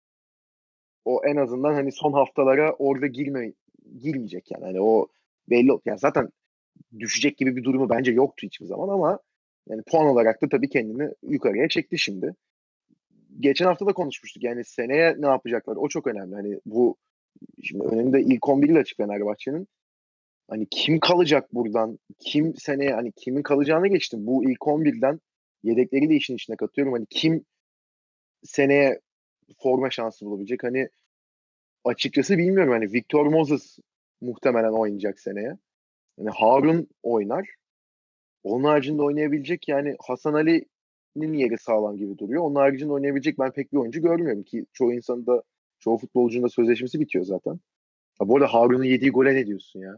O en azından hani son haftalara orada girme girmeyecek yani. Hani o belli yani zaten düşecek gibi bir durumu bence yoktu hiçbir zaman ama yani puan olarak da tabii kendini yukarıya çekti şimdi. Geçen hafta da konuşmuştuk. Yani seneye ne yapacaklar? O çok önemli. Hani bu şimdi önünde ilk on bir ile açık Fenerbahçe'nin. Hani kim kalacak buradan? Kim seneye hani kimin kalacağını geçtim. Bu ilk on birden yedekleri de işin içine katıyorum. Hani kim seneye forma şansı bulabilecek? Hani açıkçası bilmiyorum. Hani Victor Moses muhtemelen oynayacak seneye. Yani Harun oynar. Onun haricinde oynayabilecek yani Hasan Ali'nin yeri sağlam gibi duruyor. Onun haricinde oynayabilecek ben pek bir oyuncu görmüyorum ki çoğu insanın da çoğu futbolcunun da sözleşmesi bitiyor zaten. Ha, bu arada Harun'un yediği gole ne diyorsun ya?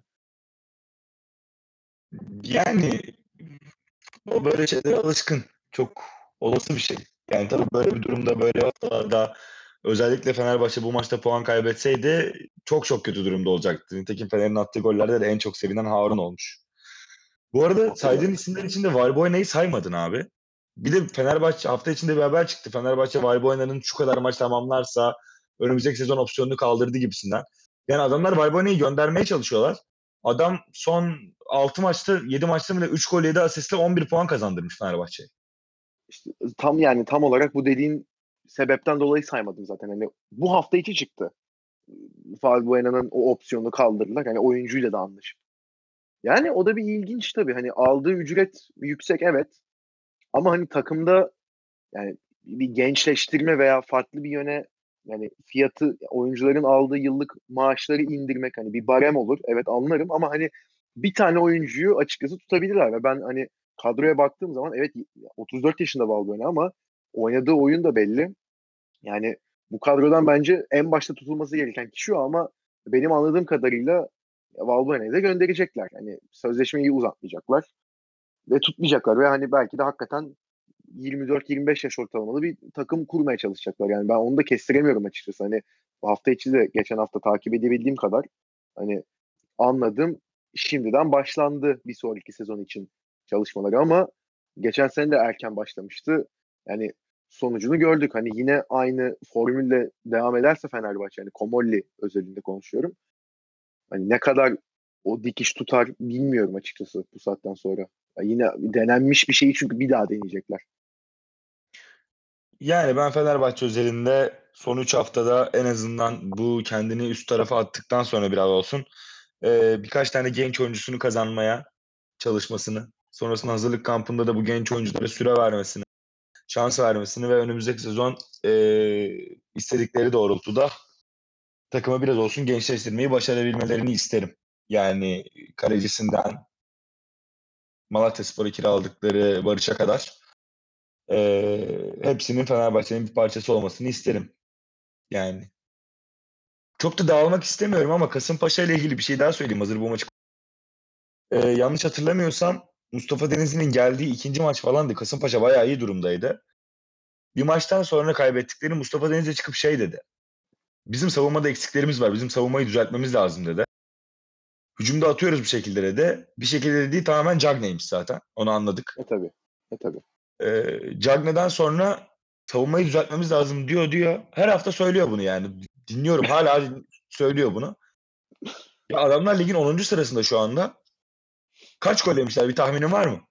Yani o böyle şeylere alışkın. Çok olası bir şey. Yani tabii böyle bir durumda böyle haftalarda özellikle Fenerbahçe bu maçta puan kaybetseydi çok çok kötü durumda olacaktı. Nitekim Fener'in attığı gollerde de en çok sevinen Harun olmuş. Bu arada saydığın
Hatırladım.
isimler içinde Valbuena'yı saymadın abi. Bir de Fenerbahçe hafta içinde bir haber çıktı. Fenerbahçe Valbuena'nın şu kadar maç tamamlarsa önümüzdeki sezon opsiyonunu kaldırdı gibisinden. Yani adamlar Valbuena'yı göndermeye çalışıyorlar. Adam son altı maçta yedi maçta mı ne üç gol yedi asistle on bir puan kazandırmış Fenerbahçe'ye.
İşte tam yani tam olarak bu dediğin sebepten dolayı saymadım zaten. Hani bu hafta içi çıktı. Valbuena'nın o opsiyonu kaldırdılar. Hani oyuncuyla da anlaşıp. Yani o da bir ilginç tabii. Hani aldığı ücret yüksek evet. Ama hani takımda yani bir gençleştirme veya farklı bir yöne yani fiyatı oyuncuların aldığı yıllık maaşları indirmek hani bir barem olur. Evet anlarım ama hani bir tane oyuncuyu açıkçası tutabilirler ve ben hani kadroya baktığım zaman evet otuz dört yaşında Valbuena ama oynadığı oyun da belli. Yani bu kadrodan bence en başta tutulması gereken kişi o ama benim anladığım kadarıyla Valbuena'yı da gönderecekler. Hani sözleşmeyi uzatmayacaklar ve tutmayacaklar ve hani belki de hakikaten yirmi dört yirmi beş yaş ortalamalı bir takım kurmaya çalışacaklar. Yani ben onu da kestiremiyorum açıkçası. Hani bu hafta içi de geçen hafta takip edebildiğim kadar hani anladım şimdiden başlandı bir sonraki sezon için çalışmaları ama geçen sene de erken başlamıştı. Yani sonucunu gördük. Hani yine aynı formülle devam ederse Fenerbahçe yani Komolli özelinde konuşuyorum. Hani ne kadar o dikiş tutar bilmiyorum açıkçası bu saatten sonra. Ya yine denenmiş bir şeyi çünkü bir daha deneyecekler.
Yani ben Fenerbahçe özelinde son üç haftada en azından bu kendini üst tarafa attıktan sonra biraz olsun e, birkaç tane genç oyuncusunu kazanmaya çalışmasını, sonrasında hazırlık kampında da bu genç oyunculara süre vermesini, şans vermesini ve önümüzdeki sezon e, istedikleri doğrultuda takımı biraz olsun gençleştirmeyi başarabilmelerini isterim. Yani kalecisinden Malatyaspor'u kiraladıkları Barış'a kadar e, hepsinin Fenerbahçe'nin bir parçası olmasını isterim. Yani çok da dağılmak istemiyorum ama Kasımpaşa ile ilgili bir şey daha söyleyeyim hazır bu maçı. E, yanlış hatırlamıyorsam Mustafa Denizli'nin geldiği ikinci maç falandı. Kasımpaşa bayağı iyi durumdaydı. Bir maçtan sonra kaybettikleri Mustafa Denizli çıkıp şey dedi. Bizim savunmada eksiklerimiz var. Bizim savunmayı düzeltmemiz lazım dedi. Hücumda atıyoruz bir şekilde dedi. Bir şekilde dediği tamamen Cagney'miş zaten. Onu anladık.
E tabii. E tabii.
Ee, Cagney'den sonra savunmayı düzeltmemiz lazım diyor diyor. Her hafta söylüyor bunu yani. Dinliyorum hala din- söylüyor bunu. Ya adamlar ligin onuncu sırasında şu anda. Kaç gol yemişler bir tahminin var mı?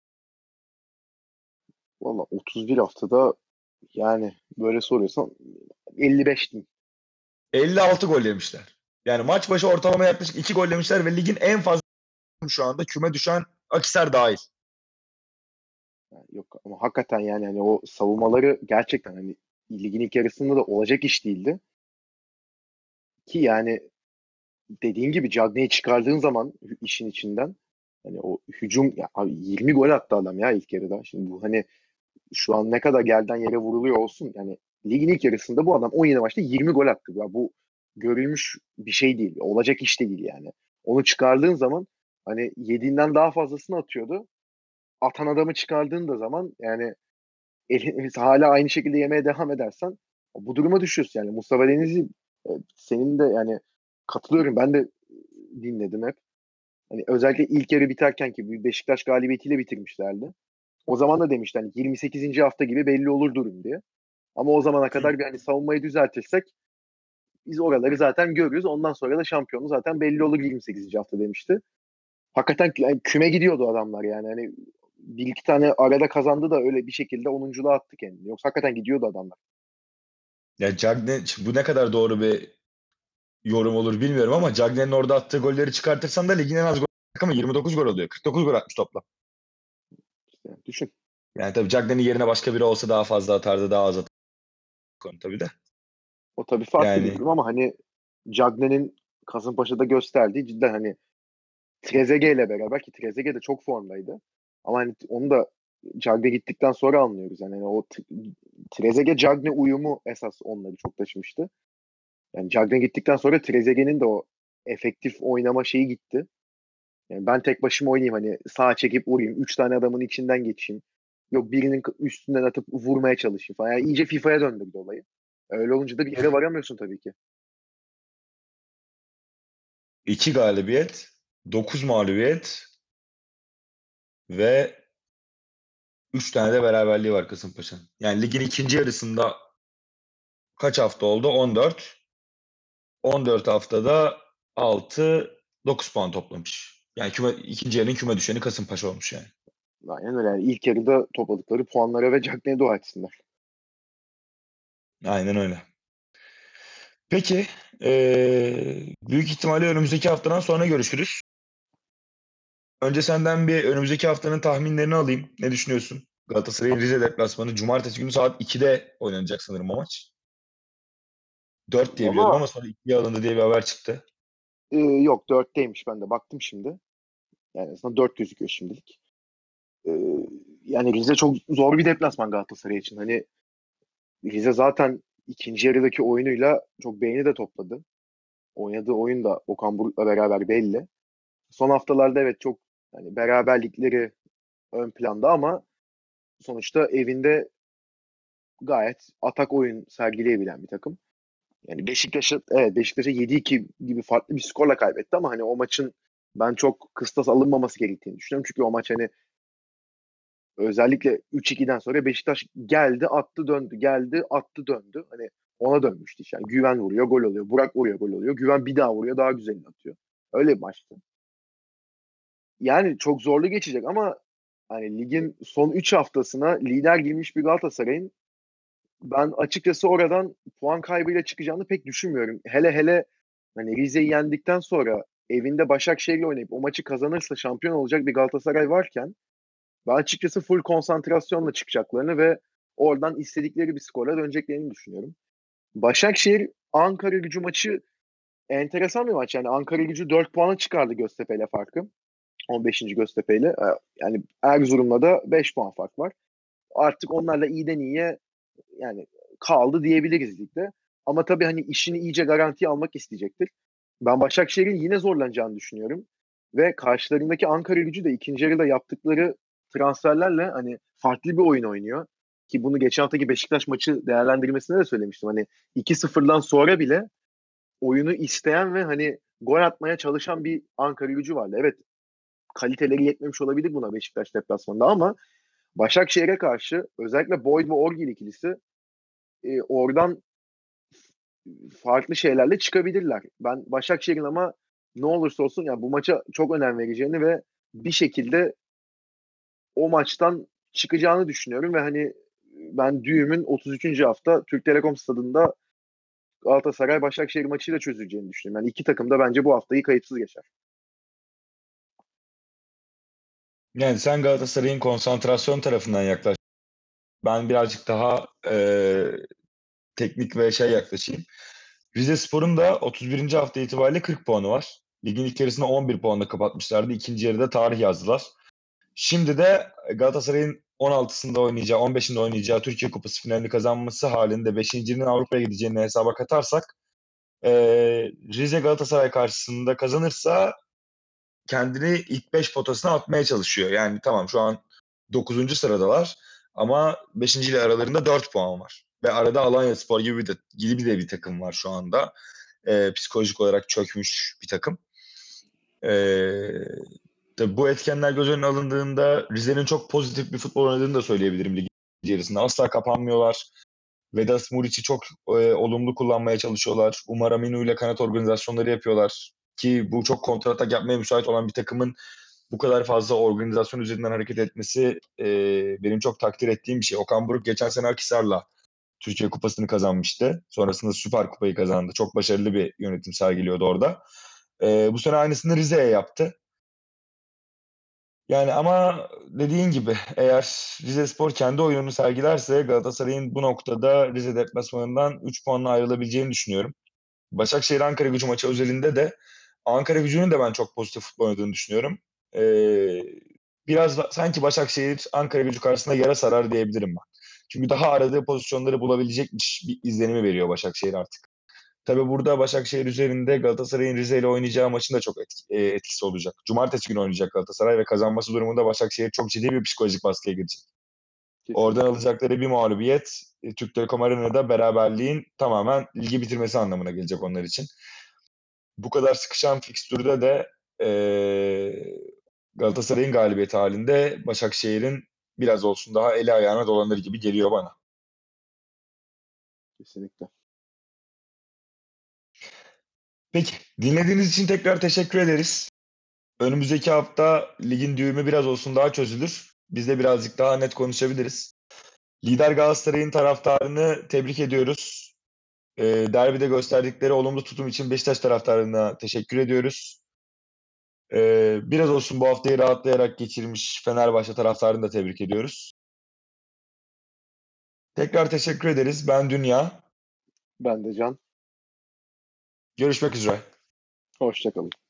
Valla otuz bir haftada yani böyle soruyorsan elli beş diyeyim.
elli altı gol yemişler. Yani maç başı ortalama yaklaşık iki gol yemişler ve ligin en fazla şu anda küme düşen Akhisar dahil.
Yani yok ama hakikaten yani hani o savunmaları gerçekten hani ligin ilk yarısında da olacak iş değildi. Ki yani dediğin gibi Cagney'i çıkardığın zaman işin içinden hani o hücum ya abi yirmi gol attı adam ya ilk yarıda. Şimdi bu hani şu an ne kadar gelden yere vuruluyor olsun yani ligin ilk yarısında bu adam on yedi maçta yirmi gol attı. Ya bu görülmüş bir şey değil. Olacak iş değil yani. Onu çıkardığın zaman hani yediğinden daha fazlasını atıyordu. Atan adamı çıkardığın da zaman yani eli, hala aynı şekilde yemeye devam edersen bu duruma düşüyorsun yani. Mustafa Denizli e, senin de yani katılıyorum. Ben de dinledim hep. Hani özellikle ilk yarı biterken ki bir Beşiktaş galibiyetiyle bitirmişlerdi. O zaman da demişler hani yirmi sekizinci hafta gibi belli olur durum diye. Ama o zamana kadar bir hani savunmayı düzeltirsek biz oraları zaten görürüz. Ondan sonra da şampiyonu zaten belli olur yirmi sekizinci hafta demişti. Hakikaten yani küme gidiyordu adamlar yani. Hani bir iki tane arada kazandı da öyle bir şekilde onunculuğa attı kendini. Yoksa hakikaten gidiyordu adamlar.
Ya Cagney bu ne kadar doğru bir yorum olur bilmiyorum ama Cagney'in orada attığı golleri çıkartırsan da ligin en az gol takımı yirmi dokuz gol oluyor. kırk dokuz gol atmış toplam.
İşte düşün.
Yani tabii Cagney'in yerine başka biri olsa daha fazla atardı, daha az atardı konu tabii de.
O tabii farklı bir
Yani
durum ama hani Cagney'in Kasımpaşa'da gösterdiği cidden hani Trezeguet ile beraber, ki Trezeguet de çok formdaydı. Ama hani onu da Cagney gittikten sonra anlıyoruz. Yani o Trezeguet Cagney uyumu esas onları çok taşımıştı. Yani Cagney gittikten sonra Trezeguet'in de o efektif oynama şeyi gitti. Yani ben tek başıma oynayayım, hani sağa çekip vurayım. Üç tane adamın içinden geçeyim. Yok birinin üstünden atıp vurmaya çalışayım falan. Yani iyice FIFA'ya döndürdü olayı. Öyle olunca da bir yere varamıyorsun tabii ki.
iki galibiyet, dokuz mağlubiyet ve üç tane de beraberliği var Kasımpaşa'nın. Yani ligin ikinci yarısında kaç hafta oldu? on dört. on dört haftada altı dokuz puan toplamış. Yani küme, ikinci yarının küme düşeni Kasımpaşa olmuş yani.
Aynen öyle. Yani ilk yarıda topladıkları puanlara ve Cagney'e dua etsinler.
Aynen öyle. Peki, eee, büyük ihtimalle önümüzdeki haftadan sonra görüşürüz. Önce senden bir önümüzdeki haftanın tahminlerini alayım. Ne düşünüyorsun? Galatasaray'ın Rize deplasmanı Cumartesi günü saat ikide oynanacak sanırım o maç. dört diye biliyordum
Valla
ama sonra ikiye alındı diye bir haber çıktı.
e, yok, dörtteymiş, ben de baktım şimdi. Yani aslında dört gözüküyor şimdilik. E, Yani Rize çok zor bir deplasman Galatasaray için. Hani Rize zaten ikinci yarıdaki oyunuyla çok beğeni de topladı. Oynadığı oyun da Okan Buruk'la beraber belli. Son haftalarda evet çok hani beraberlikleri ön planda ama sonuçta evinde gayet atak oyun sergileyebilen bir takım. Yani Beşiktaş'a, evet, Beşiktaş'a yedi iki gibi farklı bir skorla kaybetti ama hani o maçın ben çok kıstas alınmaması gerektiğini düşünüyorum. Çünkü o maç hani özellikle üç ikiden sonra Beşiktaş geldi, attı, döndü, geldi, attı, döndü. Hani ona dönmüştü iş. Yani Güven vuruyor, gol oluyor. Burak vuruyor, gol oluyor. Güven bir daha vuruyor, daha güzelini atıyor. Öyle bir maçtı. Yani çok zorlu geçecek ama hani ligin son üç haftasına lider girmiş bir Galatasaray'ın ben açıkçası oradan puan kaybıyla çıkacağını pek düşünmüyorum. Hele hele hani Rize'yi yendikten sonra evinde Başakşehir'le oynayıp o maçı kazanırsa şampiyon olacak bir Galatasaray varken ben açıkçası full konsantrasyonla çıkacaklarını ve oradan istedikleri bir skora döneceklerini düşünüyorum. Başakşehir Ankara Gücü maçı enteresan bir maç. Yani Ankara Gücü dört puana çıkardı Göztepe'yle farkı. on beşinci Göztepe'yle. Ee, Yani Erzurum'la da beş puan fark var. Artık onlarla iyiden iyiye yani kaldı diyebiliriz ligde. Ama tabii hani işini iyice garantiye almak isteyecektir. Ben Başakşehir'in yine zorlanacağını düşünüyorum. Ve karşılarındaki Ankara Gücü de ikinci yarıda yaptıkları transferlerle hani farklı bir oyun oynuyor. Ki bunu geçen haftaki Beşiktaş maçı değerlendirmesinde de söylemiştim. Hani iki sıfırdan sonra bile oyunu isteyen ve hani gol atmaya çalışan bir Ankara Gücü vardı. Evet, kaliteleri yetmemiş olabilir buna Beşiktaş deplasmanında ama Başakşehir'e karşı özellikle Boyd ve Orgil ikilisi e, oradan farklı şeylerle çıkabilirler. Ben Başakşehir'in ama ne olursa olsun yani bu maça çok önem vereceğini ve bir şekilde o maçtan çıkacağını düşünüyorum ve hani ben düğümün otuz üçüncü hafta Türk Telekom Stadı'nda Galatasaray Başakşehir maçıyla çözüleceğini düşünüyorum. Yani iki takım da bence bu haftayı kayıpsız geçer.
Yani sen Galatasaray'ın konsantrasyon tarafından yaklaş. Ben birazcık daha eee, teknik ve şey yaklaşayım. Rizespor'un da otuz birinci hafta itibariyle kırk puanı var. Ligin ilk yarısını on bir puanla kapatmışlardı. İkinci yarıda tarih yazdılar. Şimdi de Galatasaray'ın on altısında oynayacağı, on beşinde oynayacağı Türkiye Kupası finalini kazanması halinde beşincinin Avrupa'ya gideceğini hesaba katarsak eee, Rize Galatasaray karşısında kazanırsa kendini ilk beş potasına atmaya çalışıyor. Yani tamam şu an dokuzuncu sıradalar ama beşinci ile aralarında dört puan var. Ve arada Alanyaspor gibi de gibi de bir takım var şu anda. Ee, psikolojik olarak çökmüş bir takım. Ee, tabii bu etkenler göz önüne alındığında Rize'nin çok pozitif bir futbol oynadığını da söyleyebilirim ligin içerisinde. Asla kapanmıyorlar. Vedat Muriç'i çok e, olumlu kullanmaya çalışıyorlar. Umar Aminu ile kanat organizasyonları yapıyorlar. Ki bu çok kontratak yapmaya müsait olan bir takımın bu kadar fazla organizasyon üzerinden hareket etmesi e, benim çok takdir ettiğim bir şey. Okan Buruk geçen sene Akhisar'la Türkiye Kupası'nı kazanmıştı. Sonrasında Süper Kupayı kazandı. Çok başarılı bir yönetim sergiliyordu orada. E, bu sene aynısını Rize'ye yaptı. Yani ama dediğin gibi eğer Rizespor kendi oyununu sergilerse Galatasaray'ın bu noktada Rize deplasmanından üç puanla ayrılabileceğini düşünüyorum. Başakşehir Ankaragücü maçı özelinde de Ankaragücü'nün de ben çok pozitif futbol oynadığını düşünüyorum. Ee, biraz da, sanki Başakşehir Ankaragücü karşısında yara sarar diyebilirim ben. Çünkü daha aradığı pozisyonları bulabilecekmiş bir izlenimi veriyor Başakşehir artık. Tabii burada Başakşehir üzerinde Galatasaray'ın Rize ile oynayacağı maçın da çok etki- e, etkisi olacak. Cumartesi günü oynayacak Galatasaray ve kazanması durumunda Başakşehir çok ciddi bir psikolojik baskıya girecek. Oradan
Kesinlikle.
alacakları bir mağlubiyet e, Türk Telekom Arena'da beraberliğin tamamen ligi bitirmesi anlamına gelecek onlar için. Bu kadar sıkışan fikstürde de e, Galatasaray'ın galibiyeti halinde Başakşehir'in biraz olsun daha eli ayağına dolanır gibi geliyor bana.
Kesinlikle.
Peki, dinlediğiniz için tekrar teşekkür ederiz. Önümüzdeki hafta ligin düğümü biraz olsun daha çözülür. Biz de birazcık daha net konuşabiliriz. Lider Galatasaray'ın taraftarını tebrik ediyoruz. E, derbide gösterdikleri olumlu tutum için Beşiktaş taraftarına teşekkür ediyoruz. E, biraz olsun bu haftayı rahatlayarak geçirmiş Fenerbahçe taraftarını da tebrik ediyoruz. Tekrar teşekkür ederiz. Ben Dünya.
Ben de Can.
Görüşmek üzere.
Hoşça kalın.